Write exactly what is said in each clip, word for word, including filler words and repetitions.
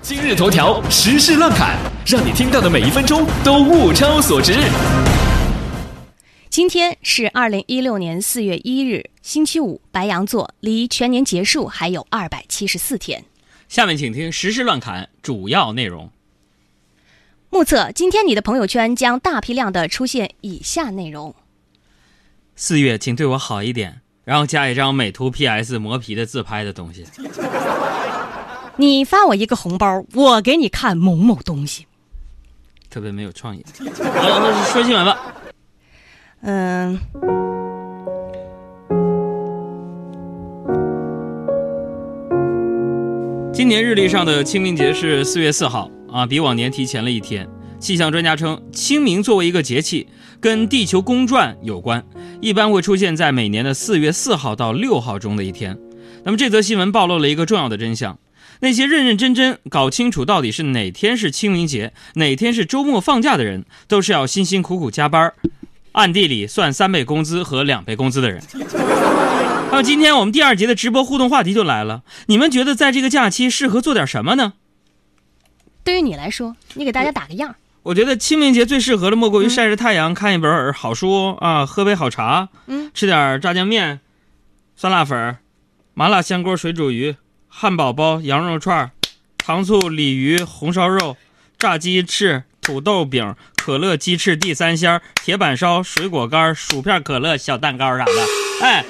今日头条时事乱侃，让你听到的每一分钟都物超所值。 今天是二零一六年四月一日，星期五，白羊座，离全年结束还有二百七十四天。 下面请听时事乱侃主要内容。 目测今天你的朋友圈将大批量的出现以下内容： 四月，请对我好一点，然后加一张美图 P S 磨皮的自拍的东西。 你发我一个红包，我给你看某某东西。 特别没有创意。好，说新闻吧。 嗯。 今年日历上的清明节是四月四号啊，比往年提前了一天。气象专家称，清明作为一个节气，跟地球公转有关，一般会出现在每年的四月四号到六号中的一天。那么这则新闻暴露了一个重要的真相。那些认认真真搞清楚到底是哪天是清明节，哪天是周末放假的人，都是要辛辛苦苦加班，暗地里算三倍工资和两倍工资的人。还有今天我们第二节的直播互动话题就来了，你们觉得在这个假期适合做点什么呢？ 对于你来说，你给大家打个样。 我觉得清明节最适合的莫过于晒晒太阳、嗯、看一本好书啊，喝杯好茶，嗯，吃点炸酱面、酸辣粉、麻辣香锅水煮鱼、汉堡包、羊肉串、糖醋鲤鱼、红烧肉、炸鸡翅、土豆饼、可乐鸡翅地三鲜、铁板烧、水果干、薯片可乐、小蛋糕啥的。哎，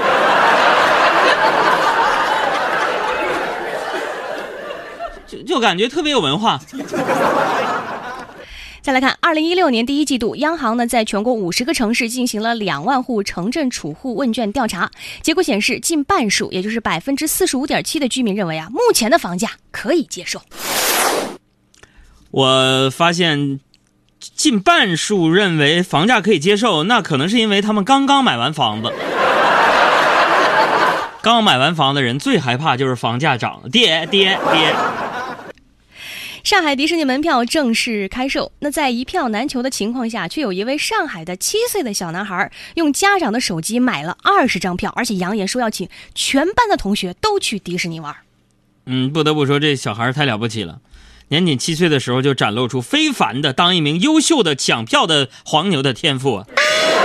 就就感觉特别有文化。 再来看二零一六年第一季度，央行呢在全国五十个城市进行了两万户城镇储户问卷调查，结果显示近半数，也就是百分之四十五点七的居民认为啊，目前的房价可以接受。 我发现近半数认为房价可以接受，那可能是因为他们刚刚买完房子。刚买完房的人最害怕就是房价涨，跌跌跌。 上海迪士尼门票正式开售，那在一票难求的情况下，却有一位上海的七岁的小男孩用家长的手机买了二十张票，而且扬言说要请全班的同学都去迪士尼玩。 嗯，不得不说这小孩太了不起了，年仅七岁的时候就展露出非凡的当一名优秀的抢票的黄牛的天赋啊！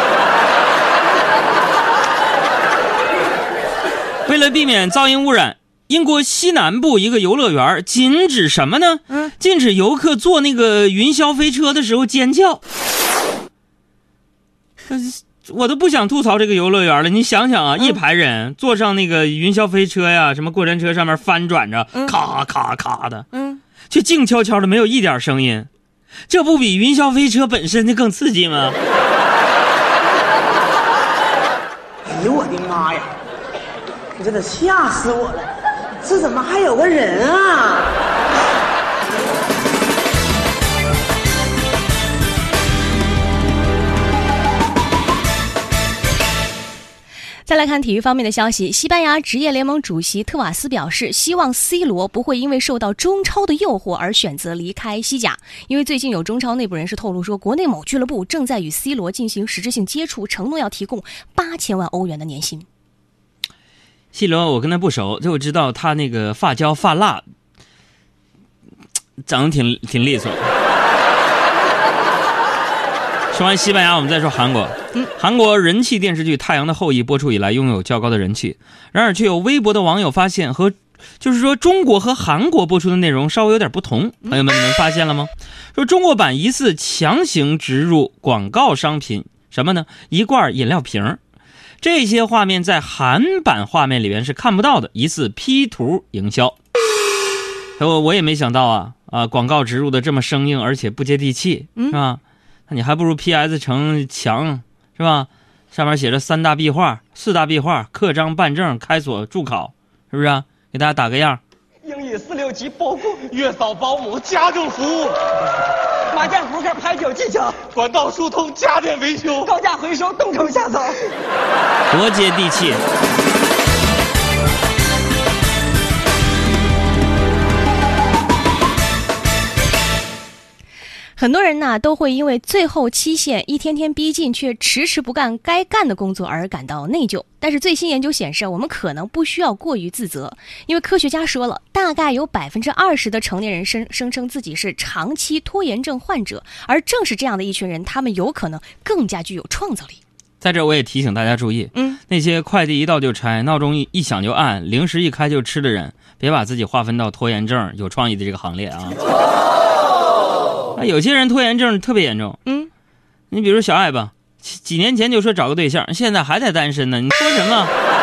为了避免噪音污染，英国西南部一个游乐园禁止什么呢？嗯，禁止游客坐那个云霄飞车的时候尖叫。我都不想吐槽这个游乐园了，你想想啊，嗯、一排人坐上那个云霄飞车呀，什么过山车上面翻转着，嗯、咔咔咔的，嗯，却静悄悄的，没有一点声音，这不比云霄飞车本身的更刺激吗？ 哎呦我的妈呀！你真的吓死我了！这怎么还有个人啊？ 再来看体育方面的消息，西班牙职业联盟主席特瓦斯表示，希望 C 罗不会因为受到中超的诱惑而选择离开西甲，因为最近有中超内部人士透露说，国内某俱乐部正在与 C 罗进行实质性接触，承诺要提供八千万欧元的年薪。 C 罗我跟他不熟，就我知道他那个发胶发蜡长得挺挺利索。说完西班牙，我们再说韩国。嗯，韩国人气电视剧《太阳的后裔》播出以来拥有较高的人气，然而却有微博的网友发现和就是说中国和韩国播出的内容稍微有点不同。朋友们，你们发现了吗？说中国版疑似强行植入广告商品，什么呢？一罐饮料瓶。这些画面在韩版画面里面是看不到的，疑似 P 图营销。我我也没想到啊啊，广告植入的这么生硬，而且不接地气，是吧？那你还不如 P S 成墙，是吧？上面写着三大壁画、四大壁画，刻章办证、开锁助考，是不是啊？给大家打个样。 英语四六级包括月嫂、保姆、家政服务。麻将扑克、牌九技巧、管道疏通、家电维修、高价回收、东城下扫， 多接地气。 很多人呢都会因为最后期限一天天逼近，却迟迟不干该干的工作而感到内疚。但是最新研究显示，我们可能不需要过于自责，因为科学家说了，大概有百分之二十的成年人声声称自己是长期拖延症患者，而正是这样的一群人，他们有可能更加具有创造力。 在这我也提醒大家注意，嗯，那些快递一到就拆，闹钟一响就按，零食一开就吃的人，别把自己划分到拖延症有创意的这个行列啊。啊，有些人拖延症特别严重，嗯，你比如小爱吧，几年前就说找个对象，现在还在单身呢，你说什么？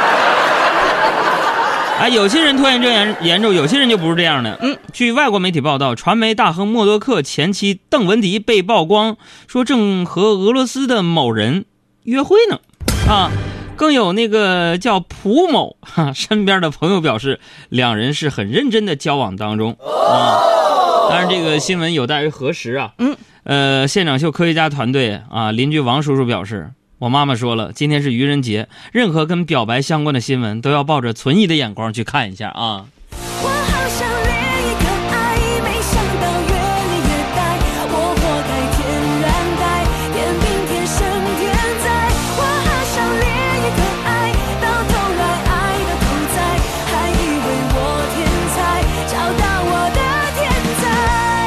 啊，有些人拖延症严严重，有些人就不是这样的。嗯，据外国媒体报道，传媒大亨默多克前妻邓文迪被曝光说正和俄罗斯的某人约会呢，啊，更有那个叫蒲某哈身边的朋友表示，两人是很认真的交往当中啊。当然，这个新闻有待于核实啊。嗯，呃，现场秀科学家团队啊，邻居王叔叔表示，我妈妈说了，今天是愚人节，任何跟表白相关的新闻都要抱着存疑的眼光去看一下啊。 我好想恋一个爱，没想到越恋越呆，我活该天然呆，天兵天生天才。我好想恋一个爱，到头来爱的头在，还以为我天才，找到我的天才。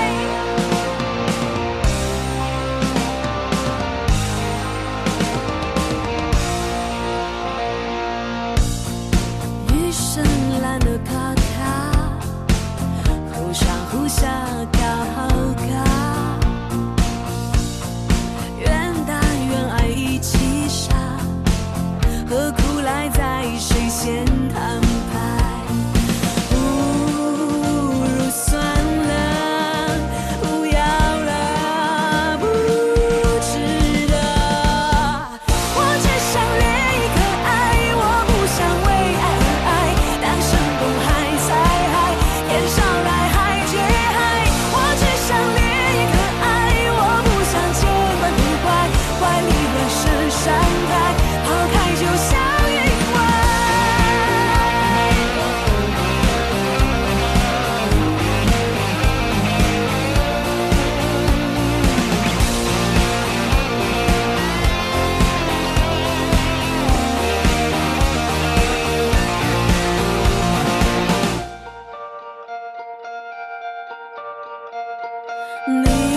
女生懒得卡卡，互相互相搞搞，愿打愿爱一起傻，何苦赖在谁先摊牌？不如算了，不要了，不值得。我只想恋一个爱，我不想为爱而爱，单身公海才海，天上来海皆海。我只想恋一个爱，我不想见怪不怪，怪力乱神山开，抛开就像云外。你